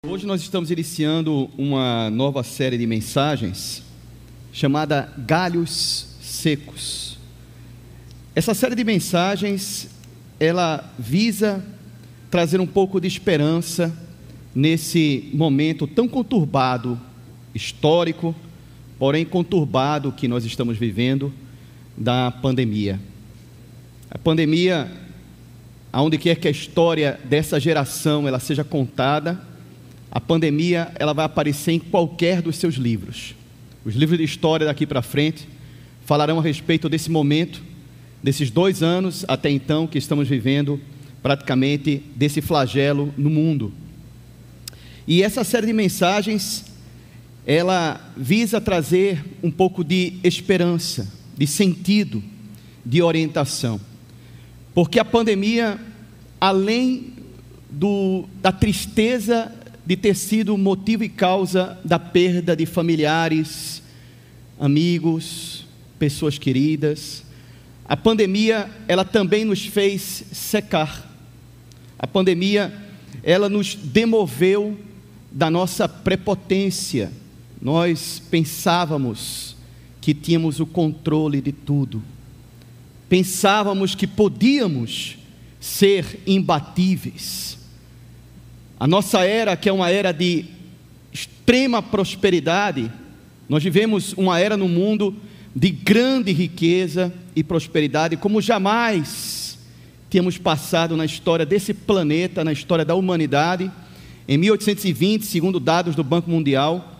Hoje nós estamos iniciando uma nova série de mensagens chamada Galhos Secos. Essa série de mensagens, ela visa trazer um pouco de esperança nesse momento tão conturbado, histórico, porém conturbado que nós estamos vivendo da pandemia. A pandemia, aonde quer que a história dessa geração ela seja contada, a pandemia, ela vai aparecer em qualquer dos seus livros. Os livros de história daqui para frente falarão a respeito desse momento, desses 2 anos até então que estamos vivendo praticamente desse flagelo no mundo. E essa série de mensagens, ela visa trazer um pouco de esperança, de sentido, de orientação. Porque a pandemia, além da tristeza de ter sido motivo e causa da perda de familiares, amigos, pessoas queridas, a pandemia, ela também nos fez secar. A pandemia, ela nos demoveu da nossa prepotência. Nós pensávamos que tínhamos o controle de tudo. Pensávamos que podíamos ser imbatíveis. A nossa era, que é uma era de extrema prosperidade, nós vivemos uma era no mundo de grande riqueza e prosperidade, como jamais tínhamos passado na história desse planeta, na história da humanidade. Em 1820, segundo dados do Banco Mundial,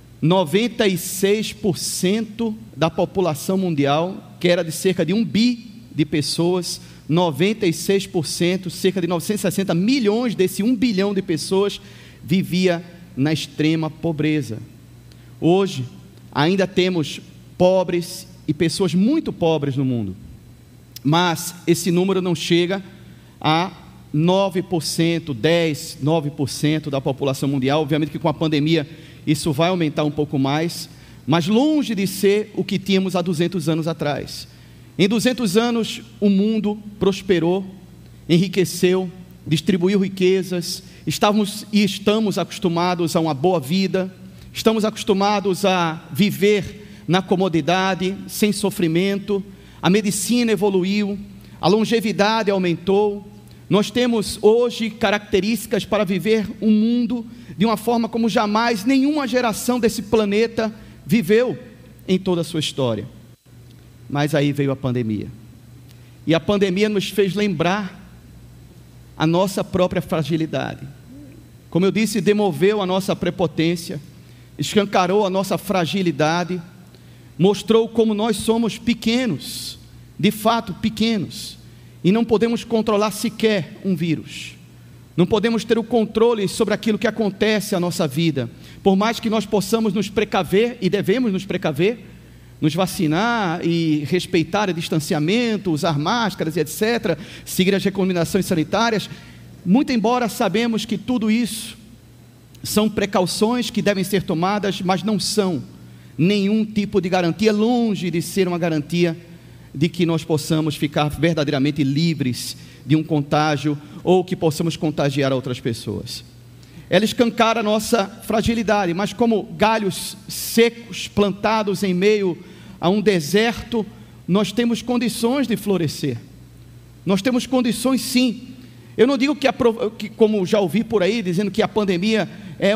96% da população mundial, que era de cerca de 1 bi de pessoas, 96%, cerca de 960 milhões desse 1 bilhão de pessoas, vivia na extrema pobreza. Hoje, ainda temos pobres e pessoas muito pobres no mundo, mas esse número não chega a 9%, 10%, 9% da população mundial. Obviamente que com a pandemia isso vai aumentar um pouco mais, mas longe de ser o que tínhamos há 200 anos atrás. Em 200 anos, o mundo prosperou, enriqueceu, distribuiu riquezas, estamos acostumados a uma boa vida, estamos acostumados a viver na comodidade, sem sofrimento, a medicina evoluiu, a longevidade aumentou, nós temos hoje características para viver um mundo de uma forma como jamais nenhuma geração desse planeta viveu em toda a sua história. Mas aí veio a pandemia, e a pandemia nos fez lembrar a nossa própria fragilidade. Como eu disse, demoveu a nossa prepotência, escancarou a nossa fragilidade, mostrou como nós somos pequenos, de fato pequenos, e não podemos controlar sequer um vírus, não podemos ter o controle sobre aquilo que acontece à nossa vida, por mais que nós possamos nos precaver, e devemos nos precaver, nos vacinar e respeitar o distanciamento, usar máscaras e etc., seguir as recomendações sanitárias, muito embora sabemos que tudo isso são precauções que devem ser tomadas, mas não são nenhum tipo de garantia, longe de ser uma garantia de que nós possamos ficar verdadeiramente livres de um contágio, ou que possamos contagiar outras pessoas. Ela escancara a nossa fragilidade, mas como galhos secos plantados em meio a um deserto, nós temos condições de florescer. Nós temos condições, sim. Eu não digo que como já ouvi por aí, dizendo que a pandemia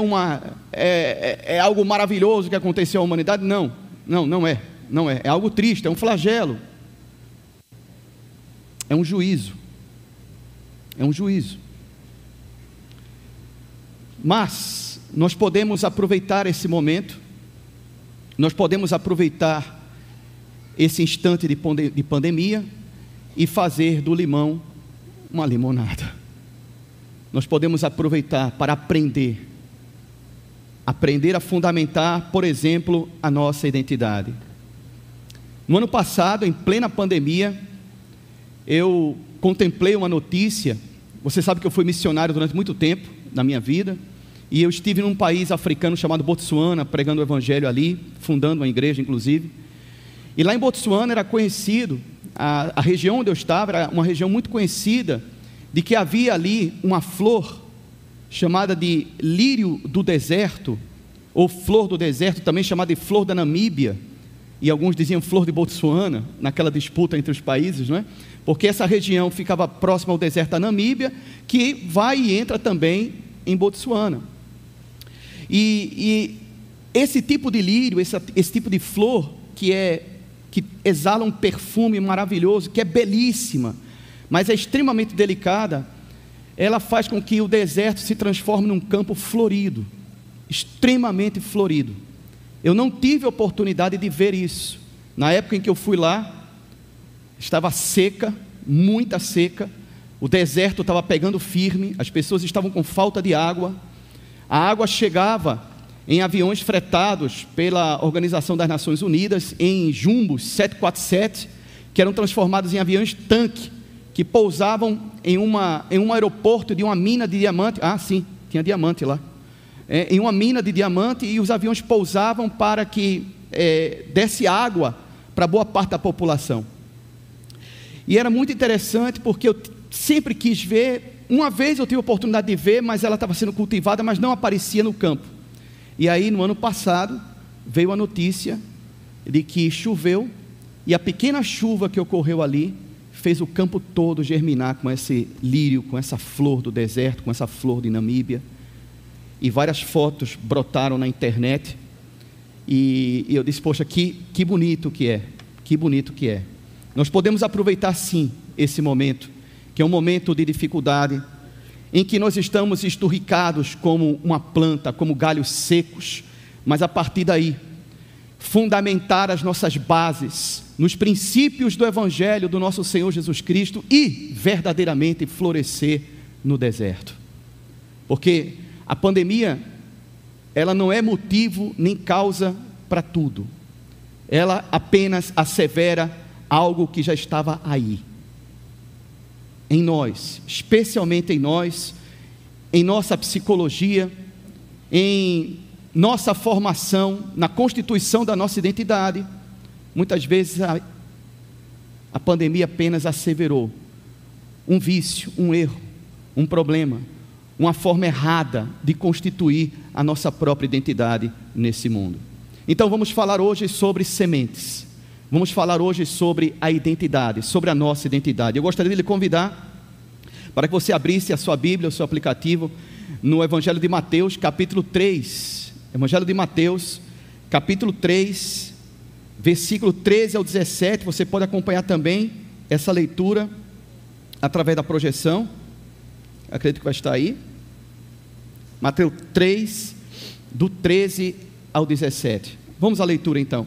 é algo maravilhoso que aconteceu à humanidade. Não é. É algo triste, é um flagelo. É um juízo. Mas nós podemos aproveitar esse momento, nós podemos aproveitar esse instante de pandemia e fazer do limão uma limonada. Nós podemos aproveitar para aprender a fundamentar, por exemplo, a nossa identidade. No ano passado, em plena pandemia, eu contemplei uma notícia. Você sabe que eu fui missionário durante muito tempo na minha vida, e eu estive num país africano chamado Botsuana, pregando o evangelho ali, fundando uma igreja inclusive, e lá em Botsuana era conhecido, a região onde eu estava era uma região muito conhecida, de que havia ali uma flor chamada de lírio do deserto, ou flor do deserto, também chamada de flor da Namíbia, e alguns diziam flor de Botsuana, naquela disputa entre os países, não é? Porque essa região ficava próxima ao deserto da Namíbia, que vai e entra também em Botsuana. E esse tipo de lírio, esse tipo de flor, que exala um perfume maravilhoso, que é belíssima, mas é extremamente delicada, ela faz com que o deserto se transforme num campo florido, extremamente florido. Eu não tive a oportunidade de ver isso. Na época em que eu fui lá, estava seca, muita seca, o deserto estava pegando firme, as pessoas estavam com falta de água, a água chegava em aviões fretados pela Organização das Nações Unidas, em jumbos 747, que eram transformados em aviões tanque, que pousavam em um aeroporto de uma mina de diamante. Ah, sim, tinha diamante lá. Em uma mina de diamante, e os aviões pousavam para que desse água para boa parte da população. E era muito interessante, porque eu sempre quis ver. Uma vez eu tive a oportunidade de ver, mas ela estava sendo cultivada, mas não aparecia no campo. E aí, no ano passado, veio a notícia de que choveu, e a pequena chuva que ocorreu ali fez o campo todo germinar com esse lírio, com essa flor do deserto, com essa flor de Namíbia. E várias fotos brotaram na internet, e eu disse, poxa, que bonito que é, que bonito que é. Nós podemos aproveitar sim esse momento, que é um momento de dificuldade, em que nós estamos esturricados como uma planta, como galhos secos, mas a partir daí, fundamentar as nossas bases nos princípios do Evangelho do nosso Senhor Jesus Cristo e verdadeiramente florescer no deserto. Porque a pandemia, ela não é motivo nem causa para tudo. Ela apenas assevera algo que já estava aí. Em nós, especialmente em nós, em nossa psicologia, em nossa formação, na constituição da nossa identidade. Muitas vezes a pandemia apenas asseverou um vício, um erro, um problema, uma forma errada de constituir a nossa própria identidade nesse mundo. Então vamos falar hoje sobre sementes, vamos falar hoje sobre a identidade, sobre a nossa identidade. Eu gostaria de lhe convidar para que você abrisse a sua Bíblia, o seu aplicativo, no Evangelho de Mateus, capítulo 3, Evangelho de Mateus, capítulo 3, versículo 13 ao 17, você pode acompanhar também essa leitura através da projeção, acredito que vai estar aí, Mateus 3, do 13 ao 17, vamos à leitura então.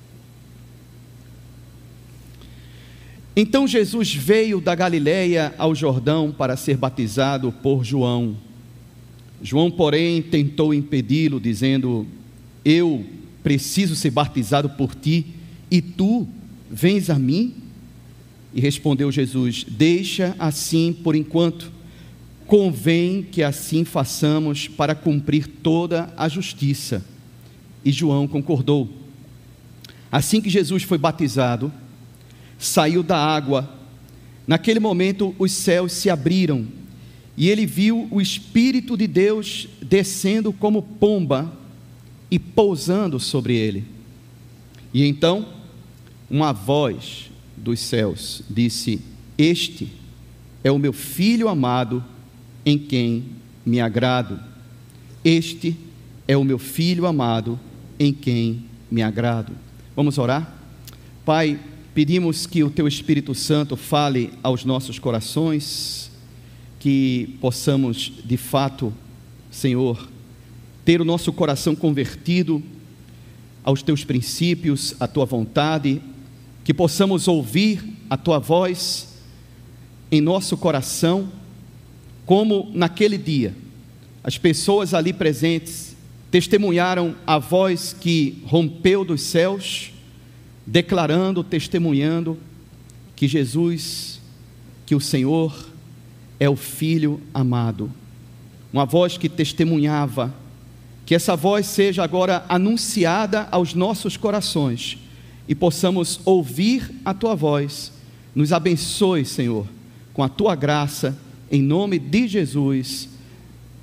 Então Jesus veio da Galileia ao Jordão para ser batizado por João. João, porém, tentou impedi-lo, dizendo: eu preciso ser batizado por ti, e tu vens a mim? E respondeu Jesus: deixa assim por enquanto, convém que assim façamos para cumprir toda a justiça. E João concordou. Assim que Jesus foi batizado, saiu da água. Naquele momento os céus se abriram, e ele viu o Espírito de Deus descendo como pomba e pousando sobre ele. E então uma voz dos céus disse: este é o meu Filho amado, em quem me agrado. Este é o meu Filho amado, em quem me agrado. Vamos orar? Pai, pedimos que o Teu Espírito Santo fale aos nossos corações, que possamos de fato, Senhor, ter o nosso coração convertido aos Teus princípios, à Tua vontade, que possamos ouvir a Tua voz em nosso coração, como naquele dia, as pessoas ali presentes testemunharam a voz que rompeu dos céus, declarando, testemunhando que Jesus, que o Senhor é o Filho amado. Uma voz que testemunhava, que essa voz seja agora anunciada aos nossos corações e possamos ouvir a Tua voz. Nos abençoe, Senhor, com a Tua graça, em nome de Jesus.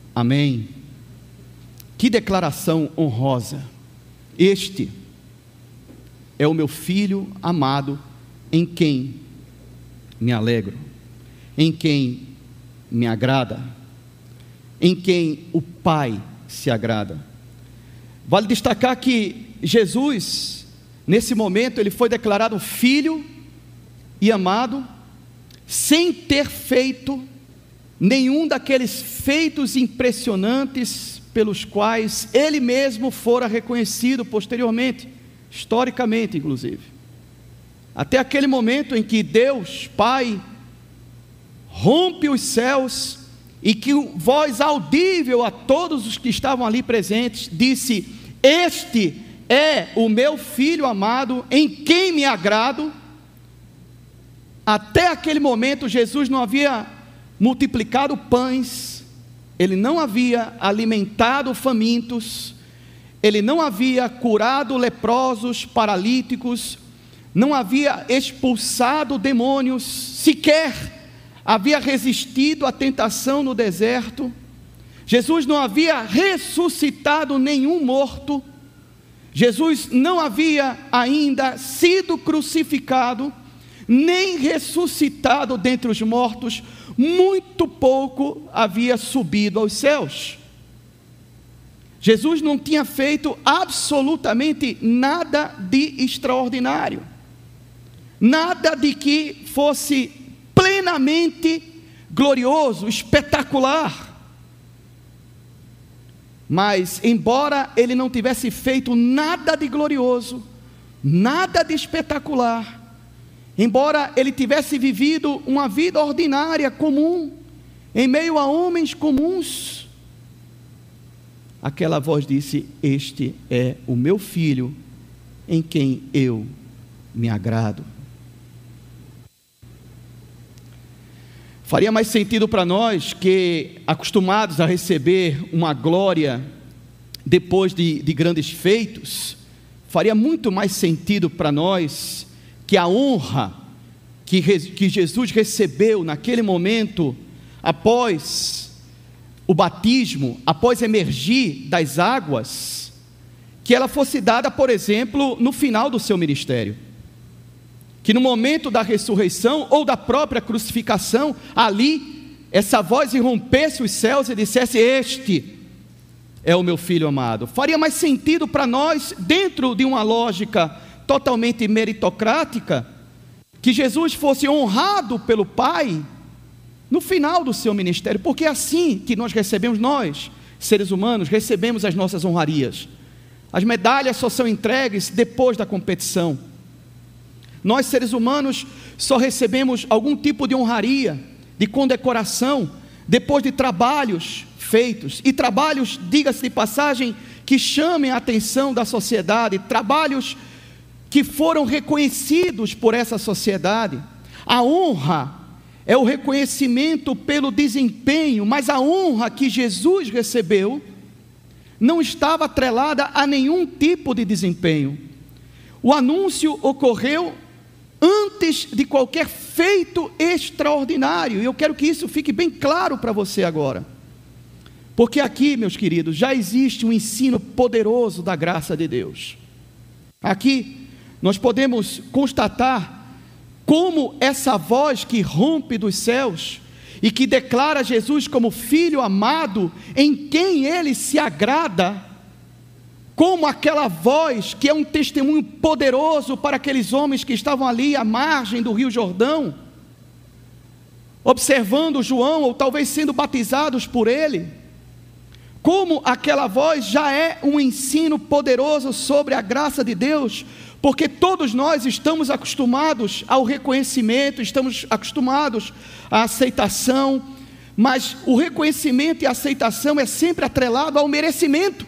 Amém. Que declaração honrosa. Este é o meu filho amado, em quem me alegro, em quem me agrada, em quem o Pai se agrada. Vale destacar que Jesus, nesse momento, ele foi declarado filho e amado, sem ter feito nenhum daqueles feitos impressionantes pelos quais ele mesmo fora reconhecido posteriormente, historicamente inclusive. Até aquele momento em que Deus, Pai, rompe os céus e que voz audível a todos os que estavam ali presentes disse: este é o meu filho amado, em quem me agrado. Até aquele momento Jesus não havia multiplicado pães, ele não havia alimentado famintos, ele não havia curado leprosos, paralíticos, não havia expulsado demônios, sequer havia resistido à tentação no deserto. Jesus não havia ressuscitado nenhum morto, Jesus não havia ainda sido crucificado, nem ressuscitado dentre os mortos, muito pouco havia subido aos céus. Jesus não tinha feito absolutamente nada de extraordinário, nada de que fosse plenamente glorioso, espetacular. Mas, embora ele não tivesse feito nada de glorioso, nada de espetacular, embora ele tivesse vivido uma vida ordinária, comum, em meio a homens comuns, aquela voz disse: este é o meu filho, em quem eu me agrado. Faria mais sentido para nós, que acostumados a receber uma glória depois de grandes feitos, faria muito mais sentido para nós que a honra que Jesus recebeu naquele momento, após o batismo, após emergir das águas, que ela fosse dada, por exemplo, no final do seu ministério, que no momento da ressurreição ou da própria crucificação, ali, essa voz irrompesse os céus e dissesse: este é o meu filho amado. Faria mais sentido para nós, dentro de uma lógica totalmente meritocrática, que Jesus fosse honrado pelo Pai no final do seu ministério, porque é assim que nós recebemos, nós, seres humanos, recebemos as nossas honrarias. As medalhas só são entregues depois da competição. Nós, seres humanos, só recebemos algum tipo de honraria, de condecoração, depois de trabalhos feitos, e trabalhos, diga-se de passagem, que chamem a atenção da sociedade, trabalhos que foram reconhecidos por essa sociedade. A honra é o reconhecimento pelo desempenho, mas a honra que Jesus recebeu não estava atrelada a nenhum tipo de desempenho. O anúncio ocorreu antes de qualquer feito extraordinário, e eu quero que isso fique bem claro para você agora, porque aqui, meus queridos, já existe um ensino poderoso da graça de Deus. Aqui nós podemos constatar como essa voz que rompe dos céus e que declara Jesus como filho amado, em quem ele se agrada, como aquela voz que é um testemunho poderoso para aqueles homens que estavam ali à margem do Rio Jordão, observando João, ou talvez sendo batizados por ele, como aquela voz já é um ensino poderoso sobre a graça de Deus, porque todos nós estamos acostumados ao reconhecimento, estamos acostumados à aceitação, mas o reconhecimento e a aceitação é sempre atrelado ao merecimento.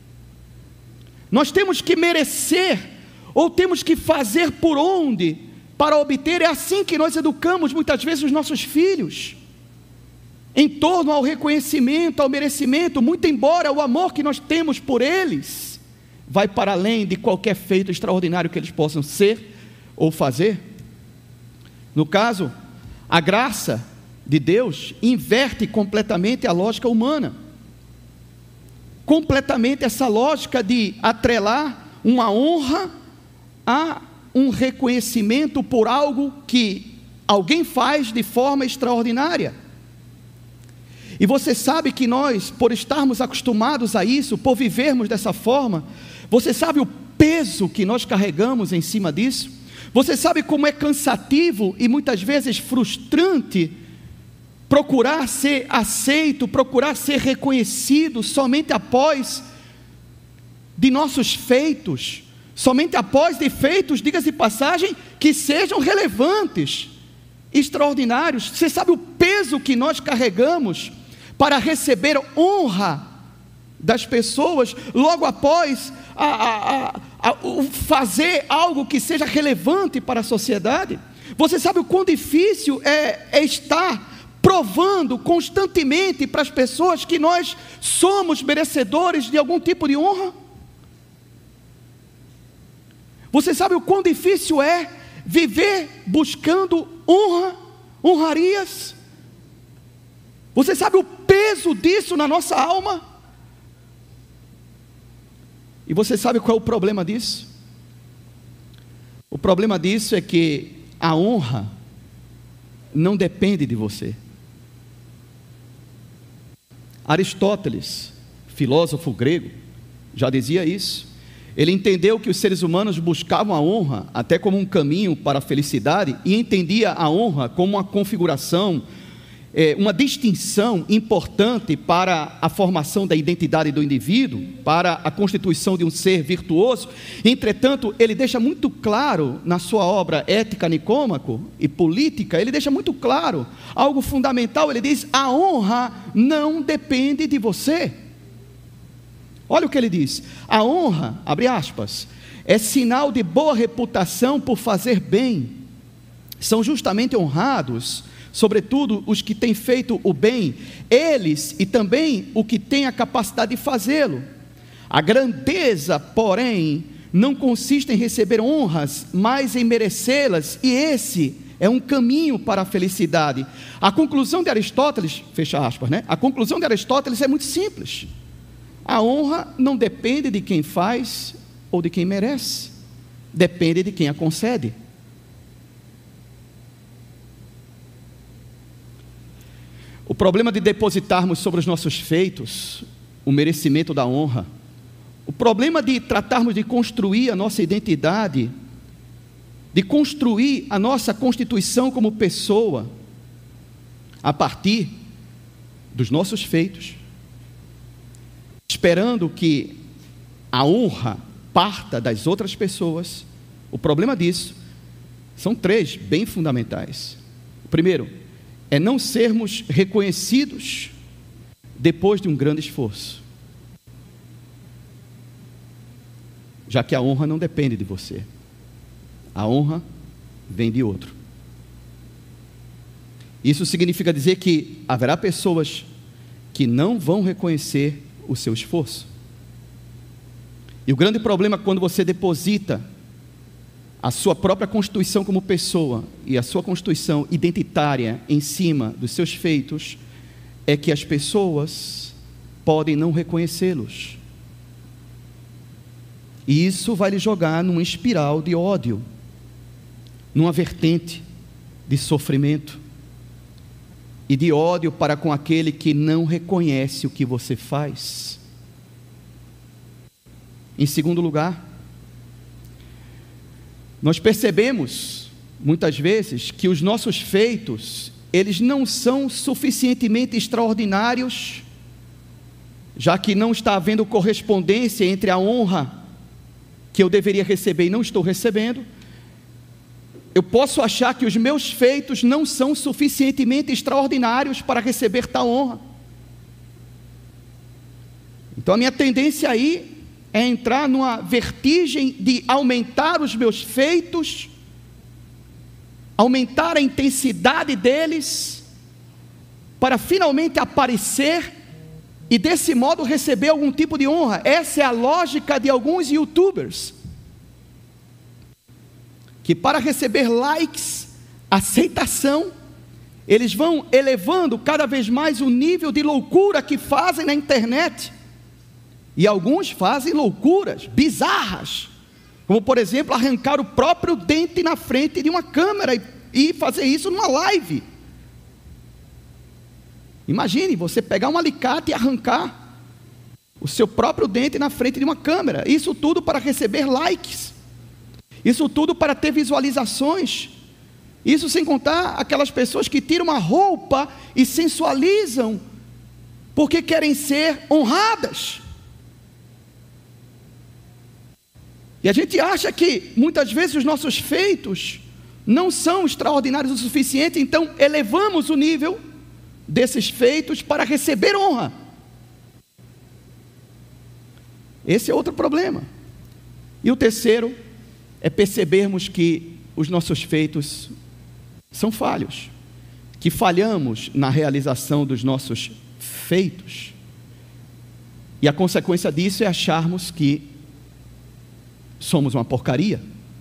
Nós temos que merecer, ou temos que fazer por onde, para obter. É assim que nós educamos muitas vezes os nossos filhos, em torno ao reconhecimento, ao merecimento, muito embora o amor que nós temos por eles vai para além de qualquer feito extraordinário que eles possam ser ou fazer. No caso, a graça de Deus inverte completamente a lógica humana. completamente essa lógica de atrelar uma honra a um reconhecimento por algo que alguém faz de forma extraordinária. E você sabe que nós, por estarmos acostumados a isso, por vivermos dessa forma, você sabe o peso que nós carregamos em cima disso? Você sabe como é cansativo e muitas vezes frustrante procurar ser aceito, procurar ser reconhecido somente após de nossos feitos, somente após de feitos, diga-se de passagem, que sejam relevantes, extraordinários. Você sabe o peso que nós carregamos para receber honra das pessoas logo após fazer algo que seja relevante para a sociedade? Você sabe o quão difícil é estar provando constantemente para as pessoas que nós somos merecedores de algum tipo de honra? Você sabe o quão difícil é viver buscando honrarias? Você sabe o peso disso na nossa alma? E você sabe qual é o problema disso? O problema disso é que a honra não depende de você. Aristóteles, filósofo grego, já dizia isso. Ele entendeu que os seres humanos buscavam a honra até como um caminho para a felicidade, e entendia a honra como uma configuração, uma distinção importante para a formação da identidade do indivíduo, para a constituição de um ser virtuoso. Entretanto, ele deixa muito claro na sua obra Ética Nicômaco e Política, ele deixa muito claro algo fundamental. Ele diz: a honra não depende de você. Olha o que ele diz: a honra, abre aspas, é sinal de boa reputação por fazer bem. São justamente honrados, sobretudo os que têm feito o bem, eles e também o que tem a capacidade de fazê-lo. A grandeza, porém, não consiste em receber honras, mas em merecê-las, e esse é um caminho para a felicidade. A conclusão de Aristóteles, fecha aspas, né? A conclusão de Aristóteles é muito simples: a honra não depende de quem faz ou de quem merece, depende de quem a concede. O problema de depositarmos sobre os nossos feitos o merecimento da honra, o problema de tratarmos de construir a nossa identidade, de construir a nossa constituição como pessoa a partir dos nossos feitos, esperando que a honra parta das outras pessoas. O problema disso são três bem fundamentais. O primeiro é não sermos reconhecidos depois de um grande esforço, já que a honra não depende de você, a honra vem de outro. Isso significa dizer que haverá pessoas que não vão reconhecer o seu esforço. E o grande problema quando você deposita a sua própria constituição como pessoa e a sua constituição identitária em cima dos seus feitos, é que as pessoas podem não reconhecê-los. E isso vai lhe jogar numa espiral de ódio, numa vertente de sofrimento e de ódio para com aquele que não reconhece o que você faz. Em segundo lugar, nós percebemos, muitas vezes, que os nossos feitos, eles não são suficientemente extraordinários, já que não está havendo correspondência entre a honra que eu deveria receber e não estou recebendo. Eu posso achar que os meus feitos não são suficientemente extraordinários para receber tal honra. Então a minha tendência aí é entrar numa vertigem de aumentar os meus feitos, aumentar a intensidade deles, para finalmente aparecer e desse modo receber algum tipo de honra. Essa é a lógica de alguns youtubers, que para receber likes, aceitação, eles vão elevando cada vez mais o nível de loucura que fazem na internet, E alguns fazem loucuras bizarras, como por exemplo arrancar o próprio dente na frente de uma câmera e fazer isso numa live. Imagine você pegar um alicate e arrancar o seu próprio dente na frente de uma câmera. Isso tudo para receber likes, isso tudo para ter visualizações, isso sem contar aquelas pessoas que tiram uma roupa e sensualizam porque querem ser honradas. E a gente acha que muitas vezes os nossos feitos não são extraordinários o suficiente, então elevamos o nível desses feitos para receber honra. Esse é outro problema. E o terceiro é percebermos que os nossos feitos são falhos, que falhamos na realização dos nossos feitos. E a consequência disso é acharmos que somos uma porcaria,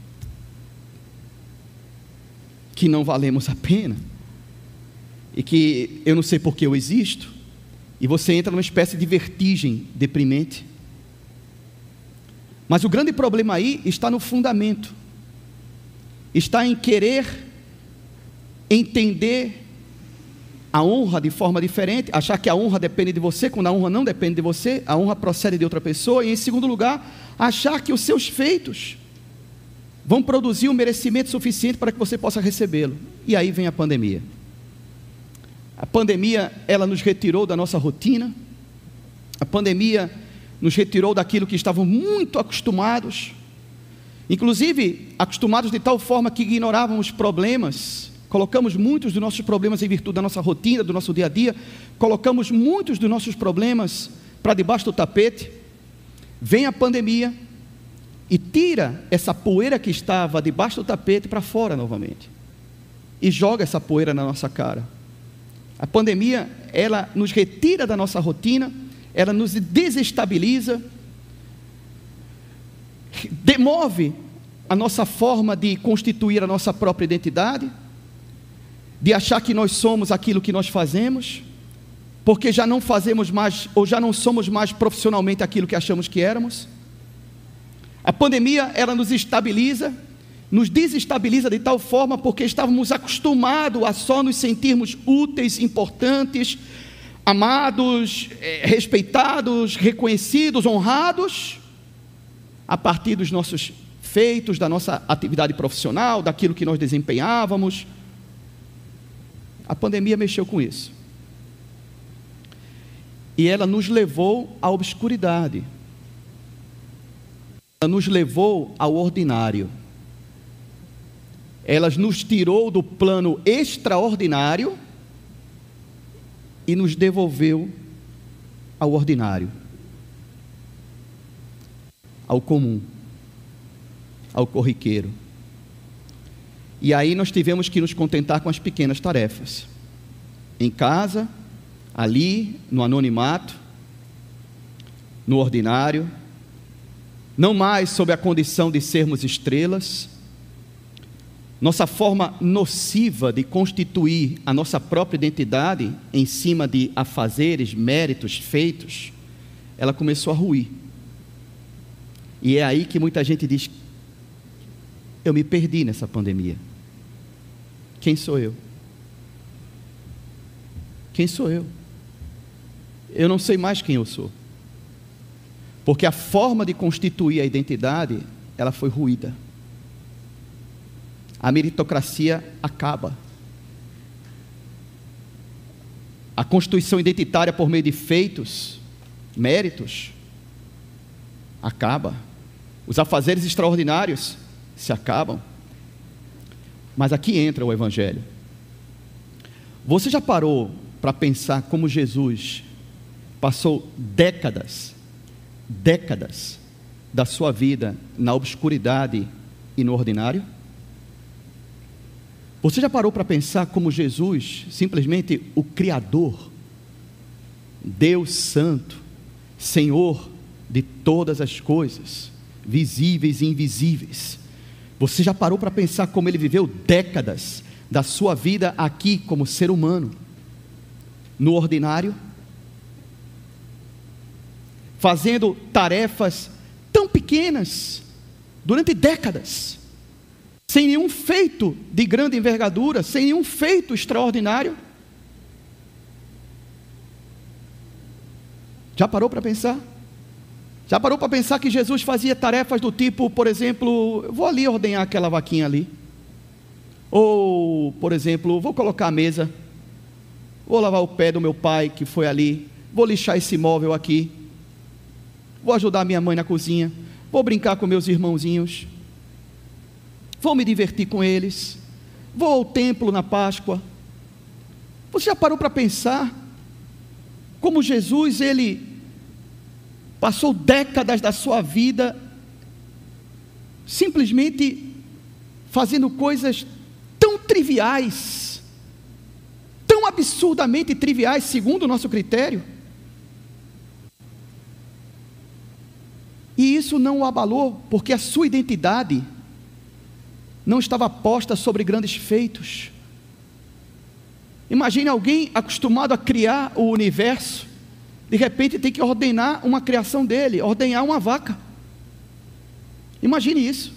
que não valemos a pena, e que eu não sei por que eu existo, e você entra numa espécie de vertigem deprimente. Mas o grande problema aí está no fundamento, está em querer entender a honra de forma diferente, achar que a honra depende de você, quando a honra não depende de você, a honra procede de outra pessoa. E em segundo lugar, achar que os seus feitos vão produzir um merecimento suficiente para que você possa recebê-lo. E aí vem a pandemia. A pandemia, ela nos retirou da nossa rotina, a pandemia nos retirou daquilo que estávamos muito acostumados, inclusive acostumados de tal forma que ignorávamos problemas. Colocamos muitos dos nossos problemas em virtude da nossa rotina, do nosso dia a dia, colocamos muitos dos nossos problemas para debaixo do tapete. Vem a pandemia e tira essa poeira que estava debaixo do tapete para fora novamente, e joga essa poeira na nossa cara. A pandemia, ela nos retira da nossa rotina, ela nos desestabiliza, demove a nossa forma de constituir a nossa própria identidade, de achar que nós somos aquilo que nós fazemos, porque já não fazemos mais, ou já não somos mais profissionalmente aquilo que achamos que éramos. A pandemia, ela nos estabiliza, nos desestabiliza de tal forma, porque estávamos acostumados a só nos sentirmos úteis, importantes, amados, respeitados, reconhecidos, honrados, a partir dos nossos feitos, da nossa atividade profissional, daquilo que nós desempenhávamos. A pandemia mexeu com isso, e ela nos levou à obscuridade, ela nos levou ao ordinário, ela nos tirou do plano extraordinário e nos devolveu ao ordinário, ao comum, ao corriqueiro. E aí nós tivemos que nos contentar com as pequenas tarefas, em casa, ali, no anonimato, no ordinário, não mais sob a condição de sermos estrelas. Nossa forma nociva de constituir a nossa própria identidade em cima de afazeres, méritos, feitos, ela começou a ruir. E é aí que muita gente diz: eu me perdi nessa pandemia. Quem sou eu? Quem sou eu? Eu não sei mais quem eu sou, porque a forma de constituir a identidade, ela foi ruída. A meritocracia acaba, a constituição identitária por meio de feitos, méritos, acaba, os afazeres extraordinários se acabam. Mas aqui entra o Evangelho. Você já parou para pensar como Jesus passou décadas da sua vida na obscuridade e no ordinário? Você já parou para pensar como Jesus, simplesmente o Criador, Deus Santo, Senhor de todas as coisas, visíveis e invisíveis, você já parou para pensar como Ele viveu décadas da sua vida aqui como ser humano, no ordinário? fazendo tarefas tão pequenas, durante décadas, sem nenhum feito de grande envergadura, sem nenhum feito extraordinário. Já parou para pensar? Já parou para pensar que Jesus fazia tarefas do tipo, por exemplo, eu vou ali ordenhar aquela vaquinha ali, ou, por exemplo, vou colocar a mesa, vou lavar o pé do meu pai que foi ali, vou lixar esse móvel aqui, vou ajudar minha mãe na cozinha, vou brincar com meus irmãozinhos, vou me divertir com eles, vou ao templo na Páscoa. Você já parou para pensar como Jesus, ele passou décadas da sua vida simplesmente fazendo coisas tão triviais, tão absurdamente triviais, segundo o nosso critério, e isso não o abalou, porque a sua identidade não estava posta sobre grandes feitos. Imagine alguém acostumado a criar o universo, de repente tem que ordenar uma criação dele, ordenhar uma vaca. Imagine isso.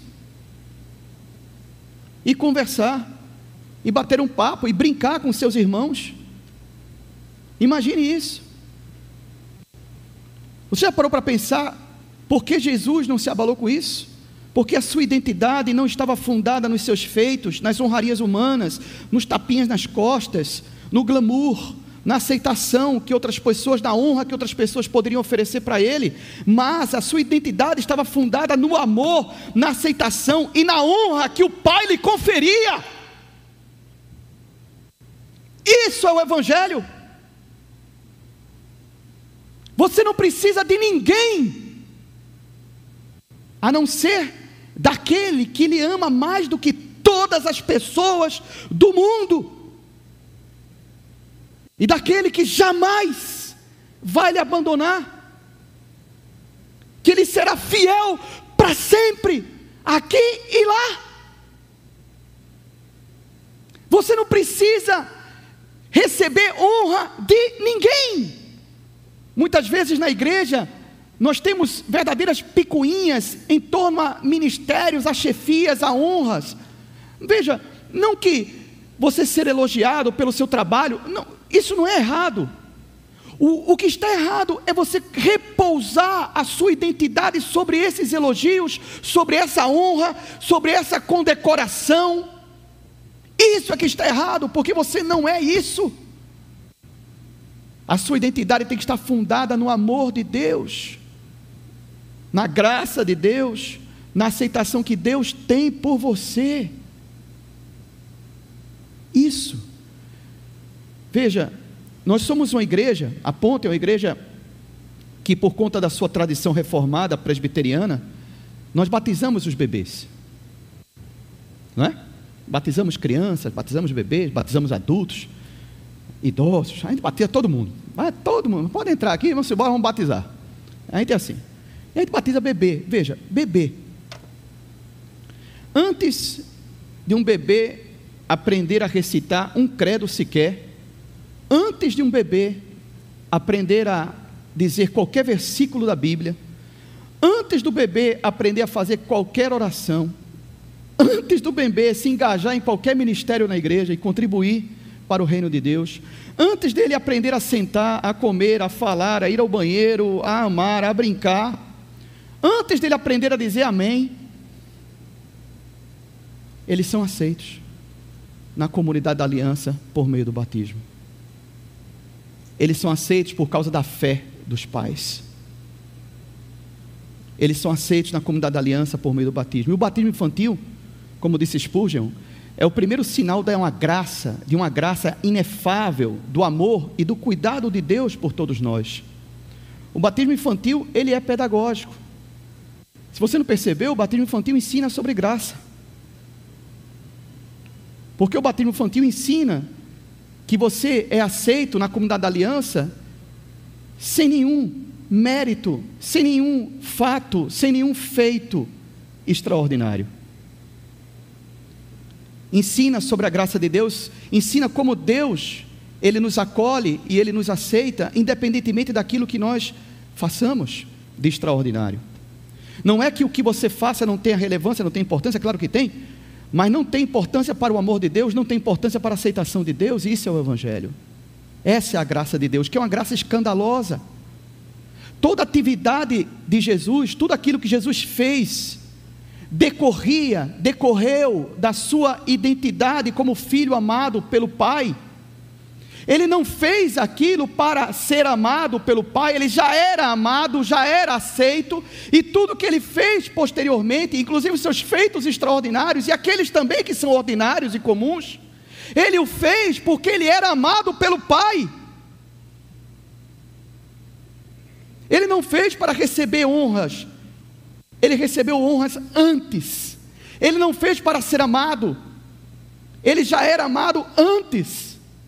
E conversar, e bater um papo, e brincar com seus irmãos. Imagine isso. Você já parou para pensar por que Jesus não se abalou com isso? Porque a sua identidade não estava fundada nos seus feitos, nas honrarias humanas, nos tapinhas nas costas, no glamour, na aceitação que outras pessoas, na honra que outras pessoas poderiam oferecer para ele, mas a sua identidade estava fundada no amor, na aceitação e na honra que o Pai lhe conferia. Isso é o Evangelho. Você não precisa de ninguém, a não ser daquele que lhe ama mais do que todas as pessoas do mundo, e daquele que jamais vai lhe abandonar, que ele será fiel para sempre, aqui e lá. Você não precisa receber honra de ninguém. Muitas vezes na igreja nós temos verdadeiras picuinhas em torno a ministérios, a chefias, a honras. Veja, não que você ser elogiado pelo seu trabalho, não, isso não é errado. O que está errado é você repousar a sua identidade sobre esses elogios, sobre essa honra, sobre essa condecoração. Isso é que está errado, porque você não é isso. A sua identidade tem que estar fundada no amor de Deus, na graça de Deus, na aceitação que Deus tem por você. Isso. Veja, nós somos uma igreja, a Ponte é uma igreja que, por conta da sua tradição reformada presbiteriana, nós batizamos os bebês, não é? Batizamos crianças, batizamos bebês, batizamos adultos, idosos, a gente batiza todo mundo, pode entrar aqui, vamos embora, vamos batizar. A gente é assim, a gente batiza bebê. Veja, bebê, antes de um bebê aprender a recitar um credo sequer, antes de um bebê aprender a dizer qualquer versículo da Bíblia, antes do bebê aprender a fazer qualquer oração, antes do bebê se engajar em qualquer ministério na igreja e contribuir para o reino de Deus, antes dele aprender a sentar, a comer, a falar, a ir ao banheiro, a amar, a brincar, antes dele aprender a dizer amém, eles são aceitos na comunidade da aliança por meio do batismo. Eles são aceitos por causa da fé dos pais. Eles são aceitos na comunidade da aliança por meio do batismo. E o batismo infantil, como disse Spurgeon, é o primeiro sinal de uma graça inefável, do amor e do cuidado de Deus por todos nós. O batismo infantil, ele é pedagógico. Se você não percebeu, o batismo infantil ensina sobre graça. Porque o batismo infantil ensina que você é aceito na comunidade da aliança sem nenhum mérito, sem nenhum fato, sem nenhum feito extraordinário. Ensina sobre a graça de Deus, ensina como Deus, Ele nos acolhe e Ele nos aceita, independentemente daquilo que nós façamos. de extraordinário. Não é que o que você faça não tenha relevância, não tenha importância, claro que tem, mas não tem importância para o amor de Deus, não tem importância para a aceitação de Deus, e isso é o Evangelho. Essa é a graça de Deus, que é uma graça escandalosa. Toda atividade de Jesus, tudo aquilo que Jesus fez, decorreu da sua identidade como filho amado pelo Pai. Ele não fez aquilo para ser amado pelo Pai, ele já era amado, já era aceito, e tudo que ele fez posteriormente, inclusive os seus feitos extraordinários, e aqueles também que são ordinários e comuns, ele o fez porque ele era amado pelo Pai. Ele não fez para receber honras, ele recebeu honras antes. Ele não fez para ser amado, ele já era amado antes.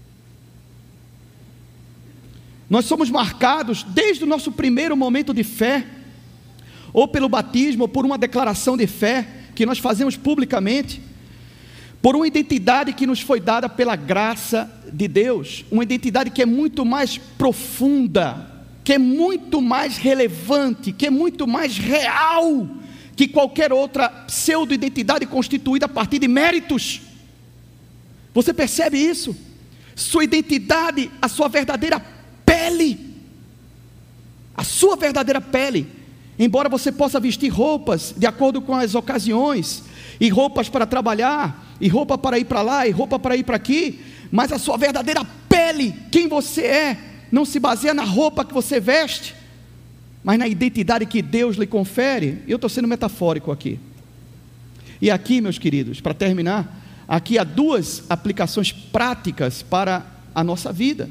Nós somos marcados desde o nosso primeiro momento de fé, ou pelo batismo, ou por uma declaração de fé que nós fazemos publicamente, por uma identidade que nos foi dada pela graça de Deus, uma identidade que é muito mais profunda, que é muito mais relevante, que é muito mais real que qualquer outra pseudo-identidade constituída a partir de méritos. Você percebe isso? Sua identidade, a sua verdadeira pele, a sua verdadeira pele, embora você possa vestir roupas de acordo com as ocasiões, e roupas para trabalhar, e roupa para ir para lá, e roupa para ir para aqui, mas a sua verdadeira pele, quem você é, não se baseia na roupa que você veste, mas na identidade que Deus lhe confere. Eu estou sendo metafórico aqui, e aqui, meus queridos, para terminar, aqui há duas aplicações práticas para a nossa vida.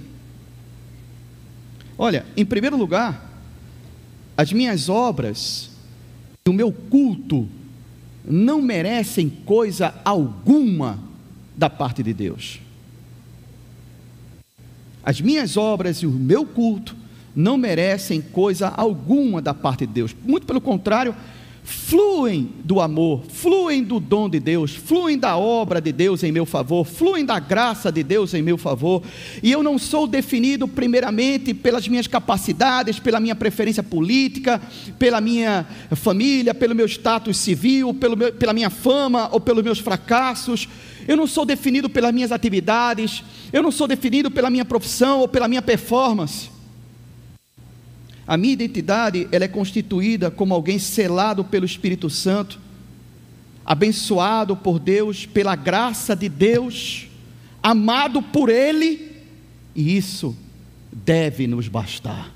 Olha, em primeiro lugar, as minhas obras, o meu culto, não merecem coisa alguma da parte de Deus. As minhas obras e o meu culto não merecem coisa alguma da parte de Deus. Muito pelo contrário, fluem do amor, fluem do dom de Deus, fluem da obra de Deus em meu favor, fluem da graça de Deus em meu favor, e eu não sou definido primeiramente pelas minhas capacidades, pela minha preferência política, pela minha família, pelo meu status civil, pela minha fama ou pelos meus fracassos. Eu não sou definido pelas minhas atividades, eu não sou definido pela minha profissão ou pela minha performance. A minha identidade, ela é constituída como alguém selado pelo Espírito Santo, abençoado por Deus, pela graça de Deus, amado por Ele, e isso deve nos bastar.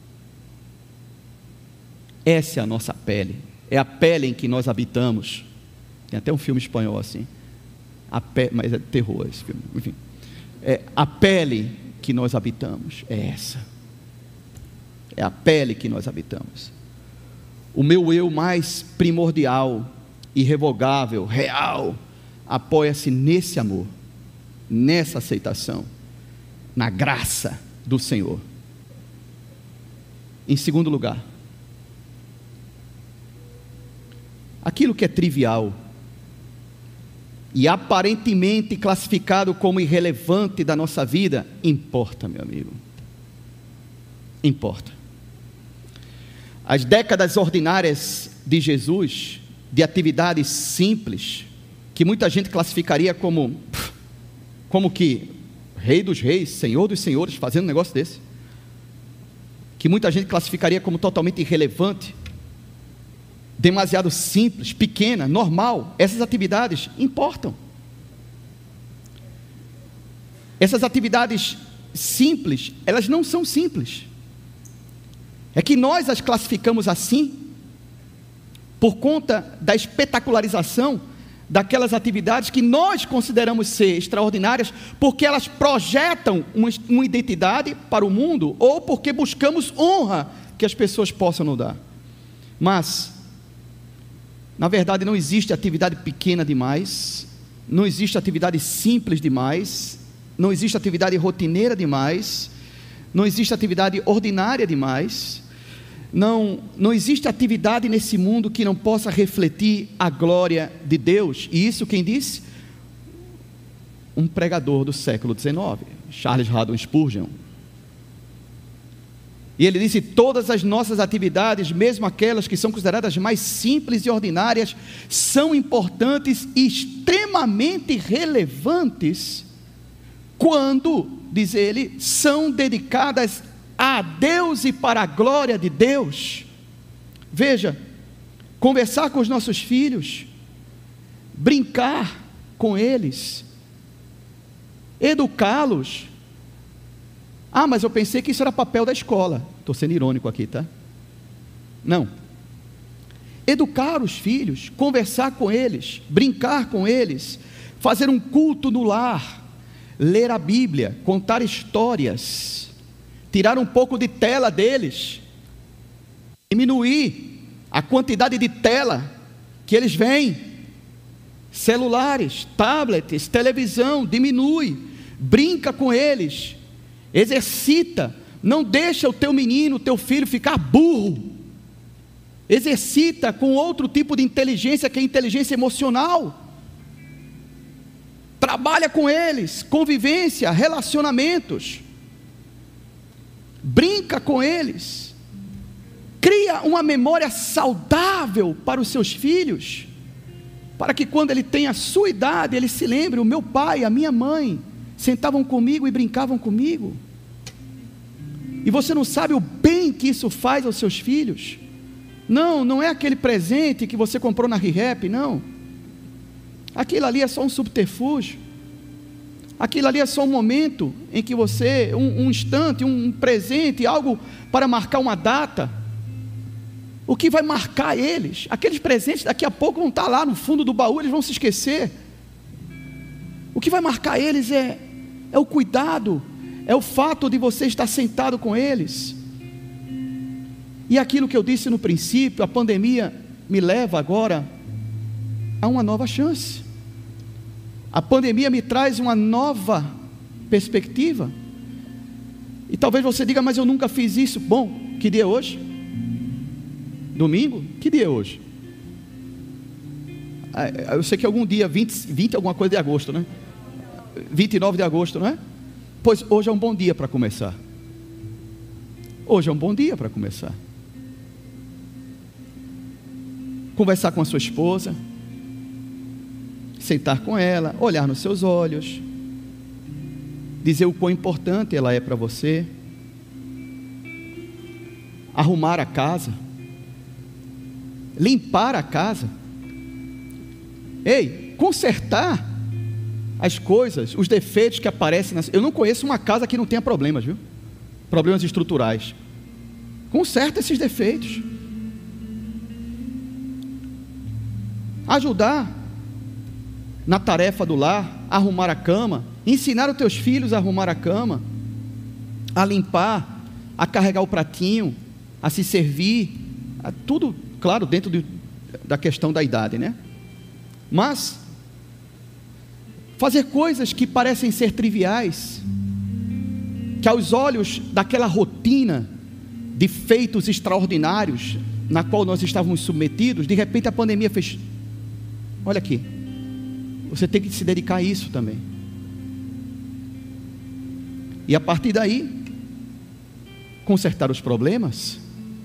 Essa é a nossa pele, é a pele em que nós habitamos. Tem até um filme espanhol assim, mas é terror esse filme, enfim. A pele que nós habitamos é essa. É a pele que nós habitamos. O meu eu mais primordial, irrevogável, real, apoia-se nesse amor, nessa aceitação, na graça do Senhor. Em segundo lugar, aquilo que é trivial e aparentemente classificado como irrelevante da nossa vida, importa, meu amigo, importa. As décadas ordinárias de Jesus, de atividades simples, que muita gente classificaria como que Rei dos Reis, Senhor dos Senhores, fazendo um negócio desse, que muita gente classificaria como totalmente irrelevante, demasiado simples, pequena, normal. Essas atividades importam. Essas atividades simples, elas não são simples. É que nós as classificamos assim, por conta da espetacularização daquelas atividades que nós consideramos ser extraordinárias, porque elas projetam uma identidade para o mundo, ou porque buscamos honra que as pessoas possam nos dar. Mas, na verdade, não existe atividade pequena demais, não existe atividade simples demais, não existe atividade rotineira demais, não existe atividade ordinária demais. Não existe atividade nesse mundo que não possa refletir a glória de Deus. E isso quem disse? Um pregador do século XIX, Charles Haddon Spurgeon. E ele disse: todas as nossas atividades, mesmo aquelas que são consideradas mais simples e ordinárias, são importantes e extremamente relevantes quando, diz ele, são dedicadas a Deus e para a glória de Deus. Veja, conversar com os nossos filhos, brincar com eles, educá-los. Ah, mas eu pensei que isso era papel da escola. Estou sendo irônico aqui, tá? Não. Educar os filhos, conversar com eles, brincar com eles, fazer um culto no lar, ler a Bíblia, contar histórias, tirar um pouco de tela deles, diminuir a quantidade de tela que eles veem, celulares, tablets, televisão, diminui, brinca com eles, exercita, não deixa o teu menino, o teu filho ficar burro, exercita com outro tipo de inteligência, que é a inteligência emocional, trabalha com eles, convivência, relacionamentos, brinca com eles, cria uma memória saudável para os seus filhos, para que quando ele tenha a sua idade, ele se lembre: o meu pai, a minha mãe sentavam comigo e brincavam comigo. E você não sabe o bem que isso faz aos seus filhos. Não é aquele presente que você comprou na ReHap, não. Aquilo ali é só um subterfúgio. Aquilo ali é só um momento em que você, um instante, um presente, algo para marcar uma data. O que vai marcar eles? Aqueles presentes daqui a pouco vão estar lá no fundo do baú, eles vão se esquecer. O que vai marcar eles é o cuidado, é o fato de você estar sentado com eles. E aquilo que eu disse no princípio, a pandemia me leva agora a uma nova chance. A pandemia me traz uma nova perspectiva. E talvez você diga: mas eu nunca fiz isso. Bom, que dia é hoje? Domingo? Que dia é hoje? Eu sei que algum dia, 20 alguma coisa de agosto, né? 29 de agosto, não é? Pois hoje é um bom dia para começar. Hoje é um bom dia para começar. Conversar com a sua esposa, sentar com ela, olhar nos seus olhos, dizer o quão importante ela é para você, arrumar a casa, limpar a casa, consertar as coisas, os defeitos que aparecem. Eu não conheço uma casa que não tenha problemas, viu? Problemas estruturais. Conserta esses defeitos. Ajudar na tarefa do lar, arrumar a cama, ensinar os teus filhos a arrumar a cama, a limpar, a carregar o pratinho, a se servir, tudo, claro, dentro da questão da idade, né? Mas fazer coisas que parecem ser triviais, que aos olhos daquela rotina de feitos extraordinários na qual nós estávamos submetidos, de repente a pandemia fez: olha aqui, você tem que se dedicar a isso também. E a partir daí, consertar os problemas,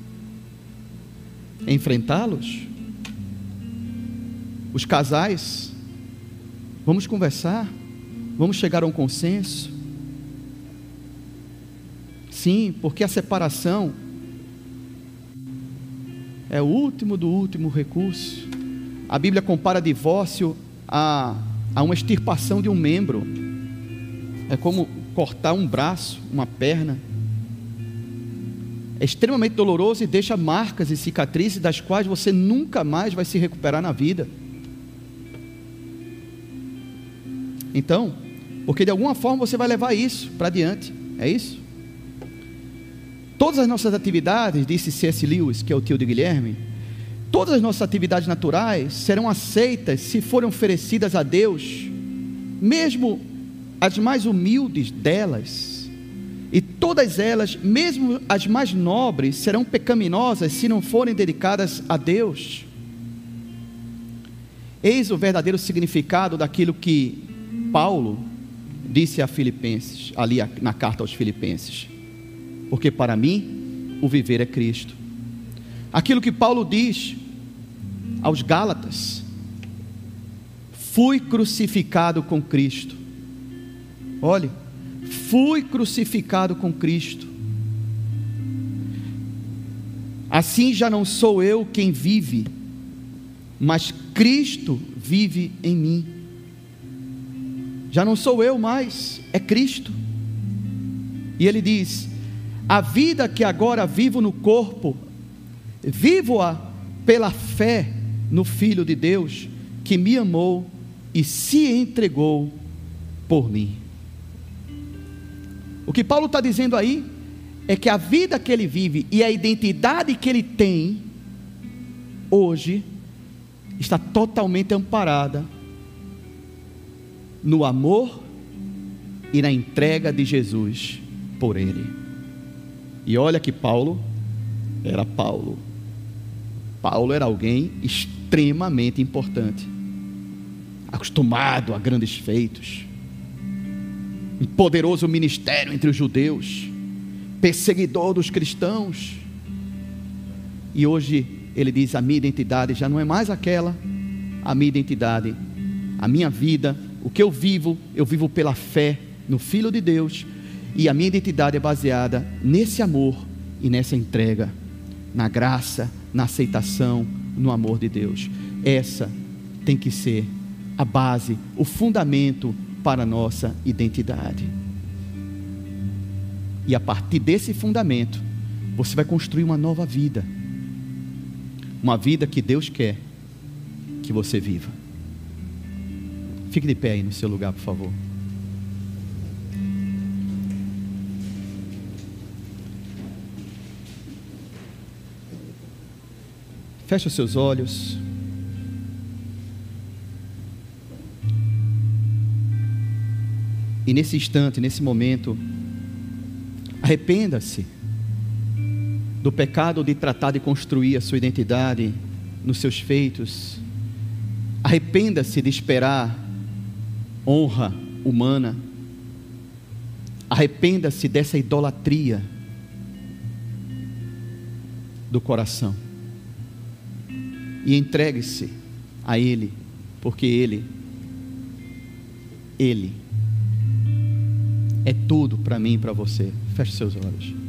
enfrentá-los. Os casais, vamos conversar, vamos chegar a um consenso. Sim, porque a separação é o último do último recurso. A Bíblia compara divórcio a uma extirpação de um membro. É como cortar um braço, uma perna. É extremamente doloroso e deixa marcas e cicatrizes das quais você nunca mais vai se recuperar na vida. Então, porque de alguma forma você vai levar isso para diante, é isso? Todas as nossas atividades, disse C.S. Lewis, que é o tio de Guilherme, todas as nossas atividades naturais serão aceitas se forem oferecidas a Deus, mesmo as mais humildes delas, e todas elas, mesmo as mais nobres, serão pecaminosas se não forem dedicadas a Deus. Eis o verdadeiro significado daquilo que Paulo disse a Filipenses, ali na carta aos Filipenses: porque para mim o viver é Cristo. Aquilo que Paulo diz aos Gálatas: fui crucificado com Cristo. Olhe, fui crucificado com Cristo. Assim já não sou eu quem vive, mas Cristo vive em mim. Já não sou eu mais, é Cristo. E ele diz: a vida que agora vivo no corpo, vivo-a pela fé no Filho de Deus, que me amou e se entregou por mim. O que Paulo está dizendo aí é que a vida que ele vive e a identidade que ele tem hoje está totalmente amparada no amor e na entrega de Jesus por ele. E olha que Paulo era Paulo. Paulo era alguém extremamente importante, acostumado a grandes feitos, um poderoso ministério entre os judeus, perseguidor dos cristãos. E hoje ele diz: a minha identidade já não é mais aquela. A minha identidade, a minha vida, o que eu vivo pela fé no Filho de Deus, e a minha identidade é baseada nesse amor e nessa entrega, na graça, na aceitação, no amor de Deus. Essa tem que ser a base, o fundamento para a nossa identidade. E a partir desse fundamento, você vai construir uma nova vida, uma vida que Deus quer que você viva. Fique de pé aí no seu lugar, por favor. Feche os seus olhos. E nesse instante, nesse momento, arrependa-se do pecado de tratar de construir a sua identidade nos seus feitos. Arrependa-se de esperar honra humana. Arrependa-se dessa idolatria do coração. E entregue-se a Ele, porque Ele é tudo para mim e para você. Feche seus olhos.